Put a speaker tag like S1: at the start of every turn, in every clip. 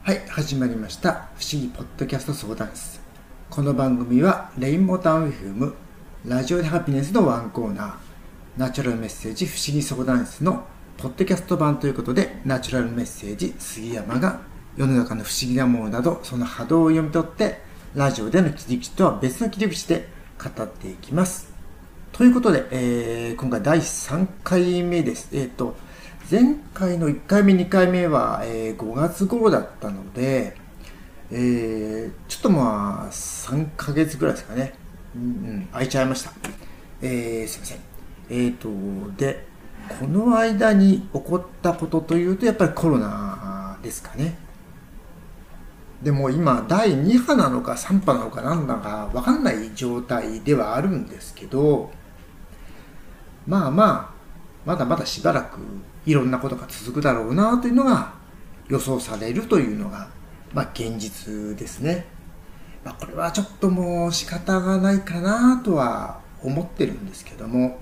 S1: はい、始まりました。不思議ポッドキャスト相談室。この番組はレインボータウン FM ラジオでハピネスのワンコーナー、ナチュラルメッセージ不思議相談室のポッドキャスト版ということで、ナチュラルメッセージ杉山が世の中の不思議なものなど、その波動を読み取ってラジオでの切り口とは別の切り口で語っていきます。ということで、今回第3回目です。前回の1回目、2回目は、5月頃だったので、ちょっと3ヶ月ぐらいですかね。空いちゃいました。すいません。で、この間に起こったことというと、やっぱりコロナですかね。でも今、第2波なのか3波なのか何だか分かんない状態ではあるんですけど、まだまだしばらくいろんなことが続くだろうなというのが予想されるというのが、現実ですね。これはちょっともう仕方がないかなとは思ってるんですけども。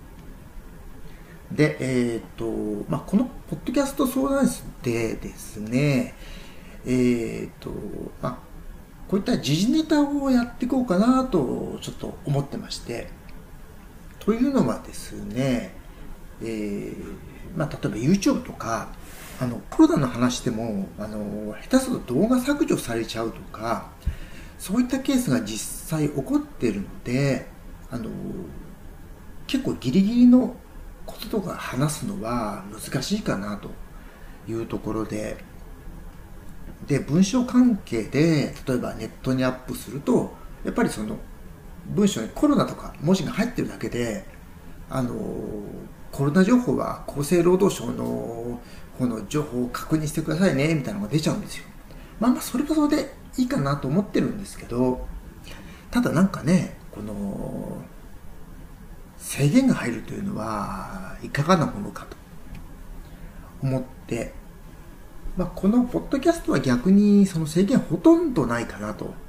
S1: で、このポッドキャスト相談室でですね、こういった時事ネタをやっていこうかなとちょっと思ってまして、というのはですね、例えば YouTube とかコロナの話でも下手すると動画削除されちゃうとか、そういったケースが実際起こっているので、結構ギリギリのこととか話すのは難しいかなというところで、文章関係で例えばネットにアップすると、やっぱりその文章にコロナとか文字が入ってるだけで、コロナ情報は厚生労働省のこの情報を確認してくださいねみたいなのが出ちゃうんですよ。それはそれでいいかなと思ってるんですけど、ただこの制限が入るというのはいかがなものかと思って、このポッドキャストは逆にその制限ほとんどないかなと。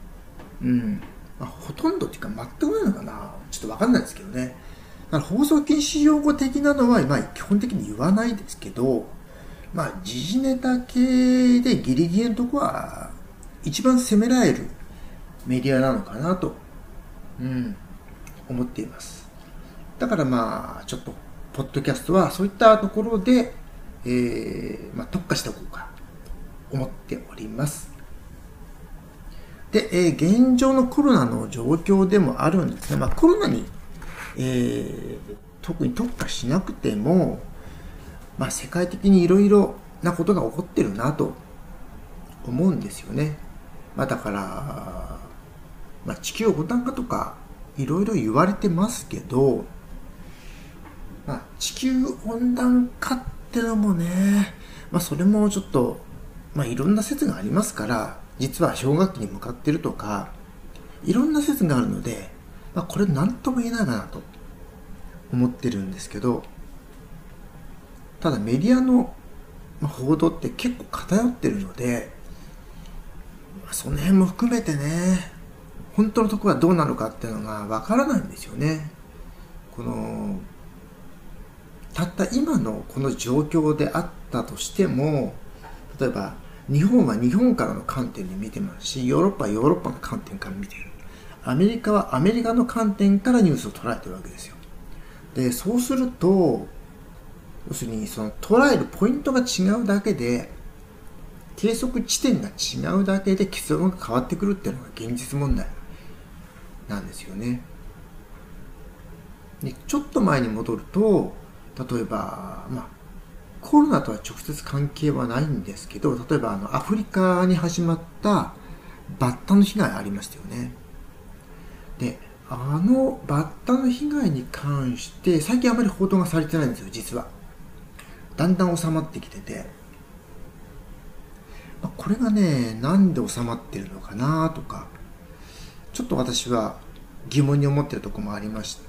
S1: ほとんどっていうか全くないのかな、ちょっと分かんないですけどね。放送禁止用語的なのは基本的に言わないですけど、時事ネタ系でギリギリのとこは一番責められるメディアなのかなと、思っています。だからちょっとポッドキャストはそういったところで、特化しておこうかと思っております。で、現状のコロナの状況でもあるんですね。コロナに、特に特化しなくても、世界的にいろいろなことが起こってるなと思うんですよね。だから、地球温暖化とかいろいろ言われてますけど、地球温暖化ってのもね、それもちょっと、いろんな説がありますから、実は氷河期に向かってるとか、いろんな説があるので、これ何とも言えないかなと思ってるんですけど、ただメディアの報道って結構偏ってるので、その辺も含めてね、本当のところはどうなのかっていうのがわからないんですよね。たった今のこの状況であったとしても、例えば日本は日本からの観点で見てますし、ヨーロッパはヨーロッパの観点から見ている。アメリカはアメリカの観点からニュースを捉えているわけですよ。で、そうすると、要するにその捉えるポイントが違うだけで、計測地点が違うだけで結論が変わってくるっていうのが現実問題なんですよね。で、ちょっと前に戻ると、例えば、コロナとは直接関係はないんですけど、例えばアフリカに始まったバッタの被害ありましたよね。で、バッタの被害に関して最近あまり報道がされてないんですよ、実は。だんだん収まってきてて、これがね、なんで収まってるのかなとか、ちょっと私は疑問に思ってるところもありまして、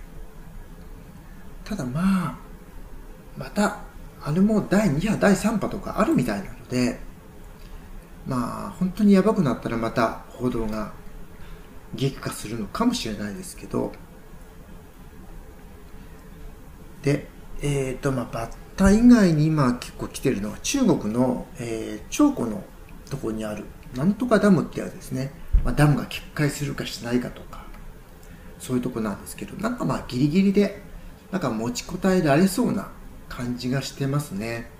S1: ただまたあれも第2波第3波とかあるみたいなので、本当にやばくなったらまた報道が激化するのかもしれないですけど、で、バッ方以外に今結構来てるのは中国の、長江のところにあるなんとかダムってやつですね。ダムが決壊するかしないかとか、そういうとこなんですけど、なんかギリギリでなんか持ちこたえられそうな感じがしてますね。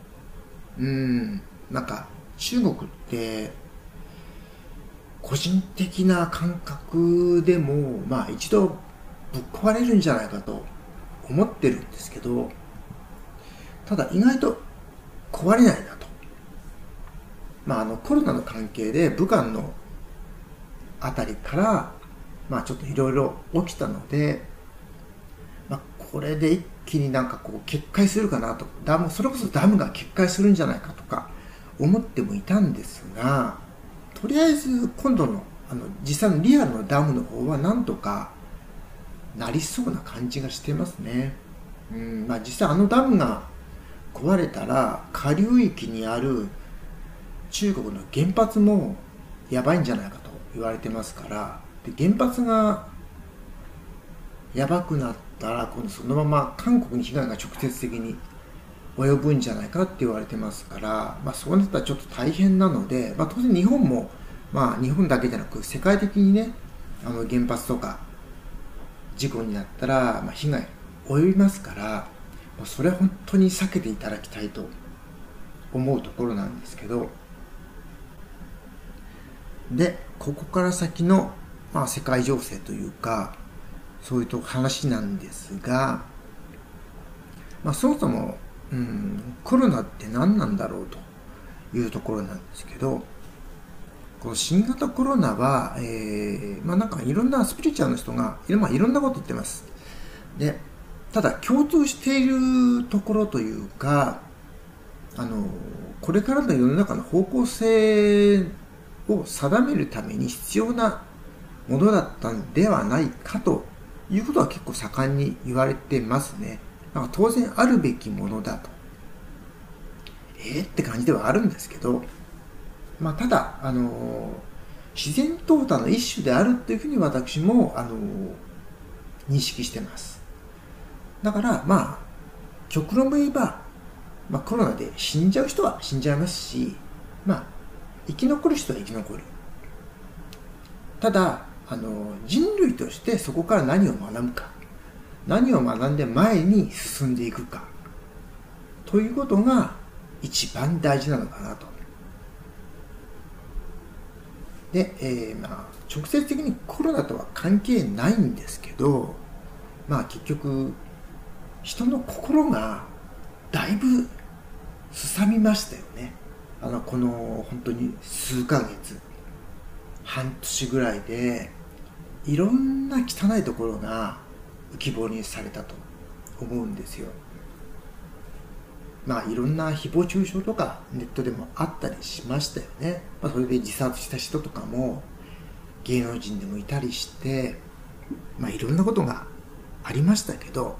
S1: なんか中国って個人的な感覚でも一度ぶっ壊れるんじゃないかと思ってるんですけど、ただ意外と壊れないなと。コロナの関係で武漢のあたりからちょっといろいろ起きたので、これで一気になんか決壊するかなと、それこそダムが決壊するんじゃないかとか思ってもいたんですが、とりあえず今度の実際のリアルのダムの方はなんとかなりそうな感じがしてますね。実際ダムが壊れたら下流域にある中国の原発もやばいんじゃないかと言われてますから、で原発がやばくなったら今度そのまま韓国に被害が直接的に及ぶんじゃないかって言われてますから、そうなったらちょっと大変なので、当然日本も、日本だけじゃなく世界的にね、原発とか事故になったら、被害及びますから、それは本当に避けていただきたいと思うところなんですけど、でここから先の、世界情勢というかそういう話なんですが、そもそも、コロナって何なんだろうというところなんですけど、この新型コロナは、なんかいろんなスピリチュアルの人がいろんなこと言ってます。でただ共通しているところというか、これからの世の中の方向性を定めるために必要なものだったんではないかということは結構盛んに言われてますね。なんか当然あるべきものだとって感じではあるんですけど、ただ自然淘汰の一種であるというふうに私も認識してます。だから極論を言えば、コロナで死んじゃう人は死んじゃいますし、生き残る人は生き残る。ただ人類としてそこから何を学ぶか、何を学んで前に進んでいくかということが一番大事なのかなと。で、直接的にコロナとは関係ないんですけど、結局人の心がだいぶすさみましたよね。この本当に数ヶ月、半年ぐらいでいろんな汚いところが浮き彫りにされたと思うんですよ。いろんな誹謗中傷とかネットでもあったりしましたよね。それで自殺した人とかも芸能人でもいたりして、いろんなことがありましたけど、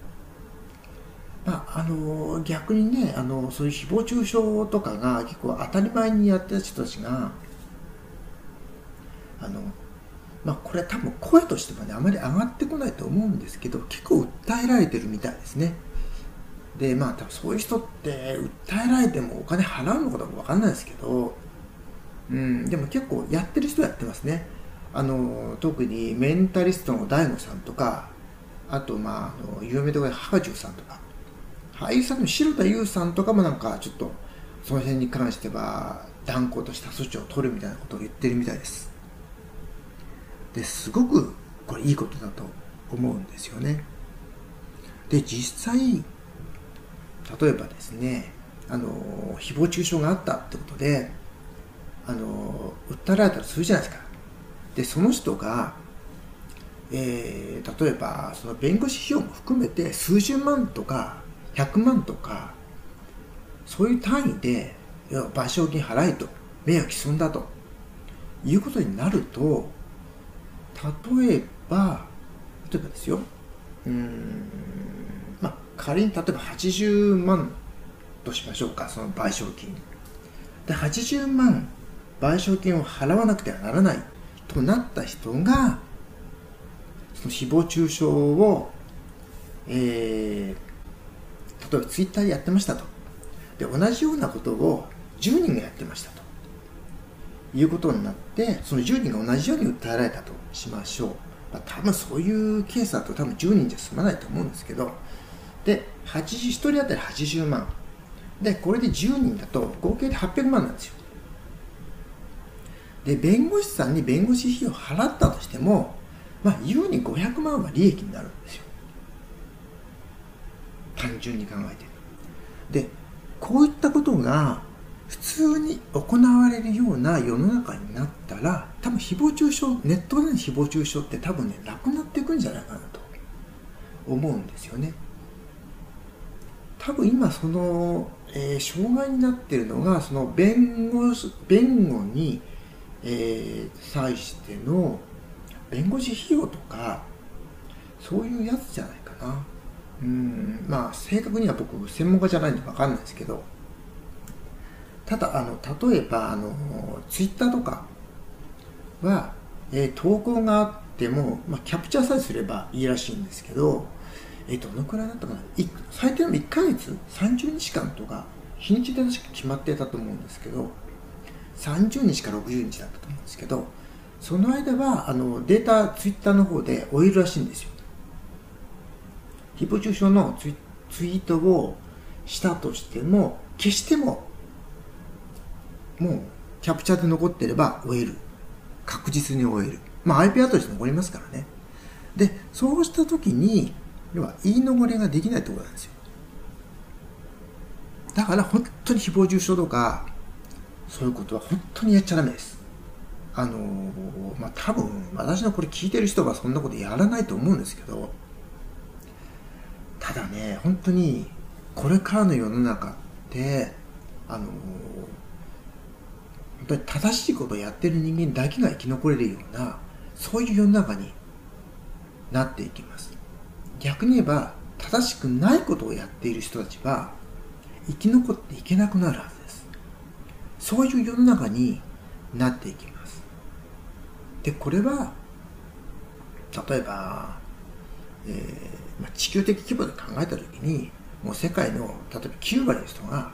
S1: 逆にね、そういう誹謗中傷とかが結構当たり前にやってた人たちがこれは多分声としてもねあまり上がってこないと思うんですけど、結構訴えられてるみたいですね。で多分そういう人って訴えられてもお金払うのかどうか分かんないですけど、でも結構やってる人やってますね。特にメンタリストの大悟さんとか、あと有名どころでハカチュウさんとか、俳優さんの城田優さんとかもなんかちょっとその辺に関しては断固とした措置を取るみたいなことを言ってるみたいです。ですごくこれいいことだと思うんですよね。で実際例えばですね、誹謗中傷があったってことで訴えられたらするじゃないですか。でその人が、例えばその弁護士費用も含めて数十万とか100万とかそういう単位で賠償金払えと、名誉毀損だということになると、例えばですよ、仮に例えば80万としましょうか、その賠償金で80万賠償金を払わなくてはならないとなった人が、その誹謗中傷を、例え例えばツイッターでやってましたと。で、同じようなことを10人がやってましたということになって、その10人が同じように訴えられたとしましょう。多分そういうケースだと多分10人じゃ済まないと思うんですけど、で、1人当たり80万。で、これで10人だと合計で800万なんですよ。で、弁護士さんに弁護士費用を払ったとしても、優に500万は利益になるんですよ。単純に考えて。で、こういったことが普通に行われるような世の中になったら、多分誹謗中傷、ネットでの誹謗中傷って多分ね、なくなっていくんじゃないかなと思うんですよね。多分今その、障害になっているのが、その弁護に、際しての弁護士費用とか、そういうやつじゃないかな。正確には僕専門家じゃないんで分かんないですけど、ただ例えばツイッターとかは、投稿があっても、キャプチャーさえすればいいらしいんですけど、どのくらいだったかな、最低でも1ヶ月30日間とか日にちで確か決まってたと思うんですけど、30日か60日だったと思うんですけど、その間はデータツイッターの方で終えるらしいんですよ。誹謗中傷のツイートをしたとしても、消してももうキャプチャーで残ってれば終える、確実に終える。IP アドレス残りますからね。で、そうした時に要は言い逃れができないってことなんですよ。だから本当に誹謗中傷とかそういうことは本当にやっちゃダメです。多分私のこれ聞いてる人はそんなことやらないと思うんですけど、ただね、本当にこれからの世の中って本当に正しいことをやってる人間だけが生き残れるような、そういう世の中になっていきます。逆に言えば正しくないことをやっている人たちは生き残っていけなくなるはずです。そういう世の中になっていきます。で、これは例えば、地球的規模で考えたときに、もう世界の例えば9割の人が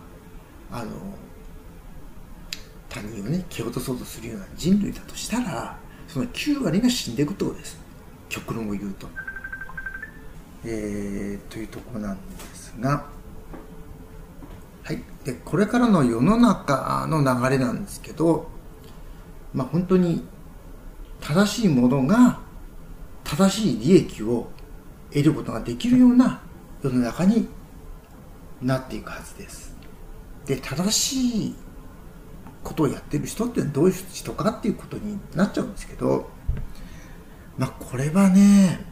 S1: 他人をね蹴落とそうとするような人類だとしたら、その9割が死んでいくってことです。極論を言うと。というところなんですが、はい。で、これからの世の中の流れなんですけど、本当に正しいものが正しい利益を得ることができるような世の中になっていくはずです。で、正しいことをやっている人ってどういう人かっていうことになっちゃうんですけど、これはね、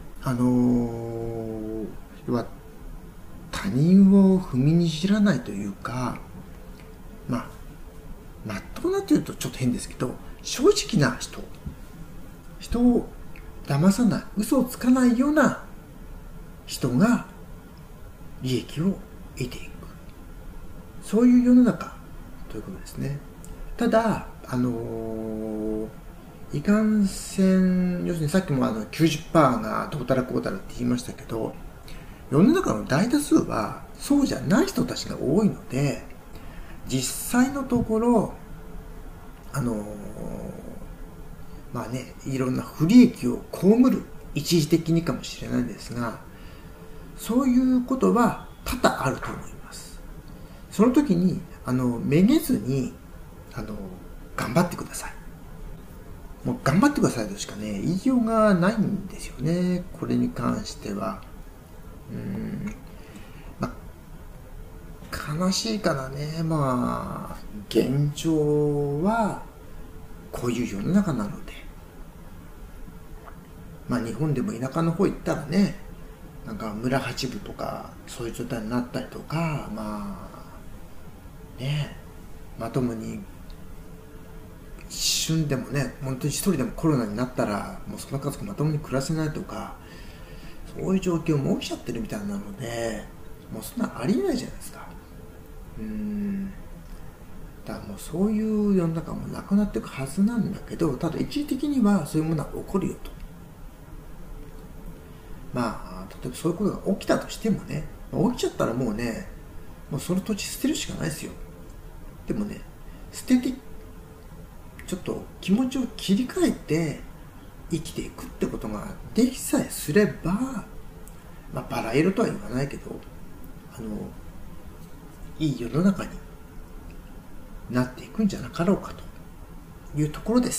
S1: 要は他人を踏みにじらないというか、まっとうなっていうとちょっと変ですけど、正直な人を騙さない、嘘をつかないような人が利益を得ていく、そういう世の中ということですね。ただいかんせん、要するにさっきも90% がどうたらこうたらって言いましたけど、世の中の大多数はそうじゃない人たちが多いので、実際のところいろんな不利益を被る、一時的にかもしれないんですが、そういうことは多々あると思います。その時にめげずに頑張ってください。もう頑張ってくださいとしかね言いようがないんですよね、これに関しては。悲しいからね、現状はこういう世の中なので、日本でも田舎の方行ったらね、なんか村八分とかそういう状態になったりとか、まともに一瞬でもね、本当に一人でもコロナになったらもうその家族まともに暮らせないとか、そういう状況も起きちゃってるみたいなので、もうそんなありえないじゃないですか。だからもうそういう世の中もなくなっていくはずなんだけど、ただ一時的にはそういうものは起こるよと。例えばそういうことが起きたとしてもね、起きちゃったらもうね、 もうその土地捨てるしかないですよ。でもね、捨ててちょっと気持ちを切り替えて生きていくってことができさえすれば、バラ色とは言わないけど、いい世の中になっていくんじゃなかろうかというところです。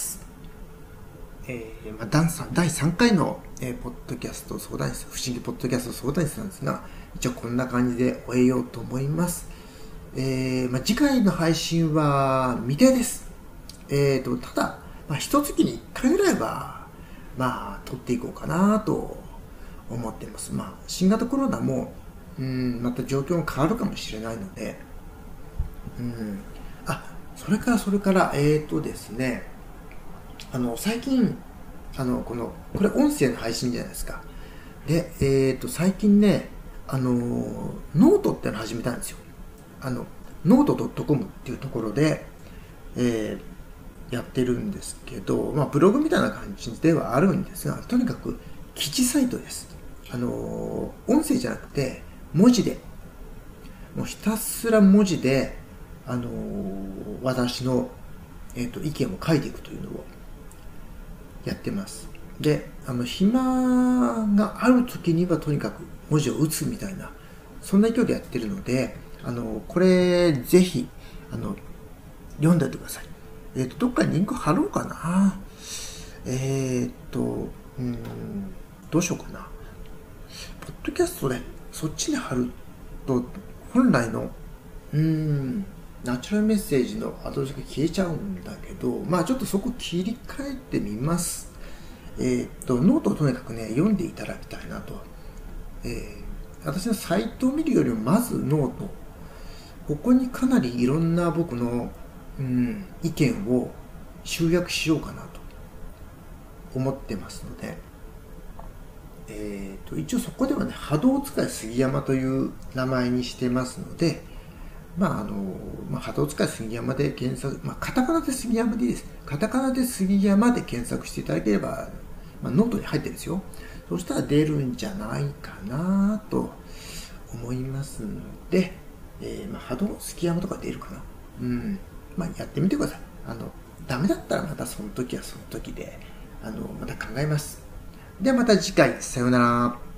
S1: 第3回の、ポッドキャスト相談室、不思議ポッドキャスト相談室なんですが、一応こんな感じで終えようと思います。次回の配信は未定です。ただ、一月に1回ぐらいは、撮っていこうかなと思っています。新型コロナも、また状況が変わるかもしれないので、それからですね、最近、これ音声の配信じゃないですか。で、最近ね、ノートってのを始めたんですよ。ノート .com っていうところで、やってるんですけど、ブログみたいな感じではあるんですが、とにかく記事サイトです。音声じゃなくて文字で、もうひたすら文字で、私の、意見を書いていくというのをやってます。で、暇がある時にはとにかく文字を打つみたいな、そんな勢いでやってるので、これぜひ読んでおいてください。どっかにリンク貼ろうかな。どうしようかな。ポッドキャストでそっちに貼ると本来のナチュラルメッセージの後付け消えちゃうんだけど、ちょっとそこ切り替えてみます。ノートをとにかくね、読んでいただきたいなと。私のサイトを見るよりもまずノート。ここにかなりいろんな僕の、意見を集約しようかなと思ってますので、一応そこではね、波動使い杉山という名前にしてますので、波動使い杉山で検索、カタカナで杉山でいいです。カタカナで杉山で検索していただければ、ノートに入ってるんですよ。そしたら出るんじゃないかなと思いますので、波動杉山とか出るかな。やってみてください。ダメだったらまたその時はその時で、また考えます。ではまた次回、さようなら。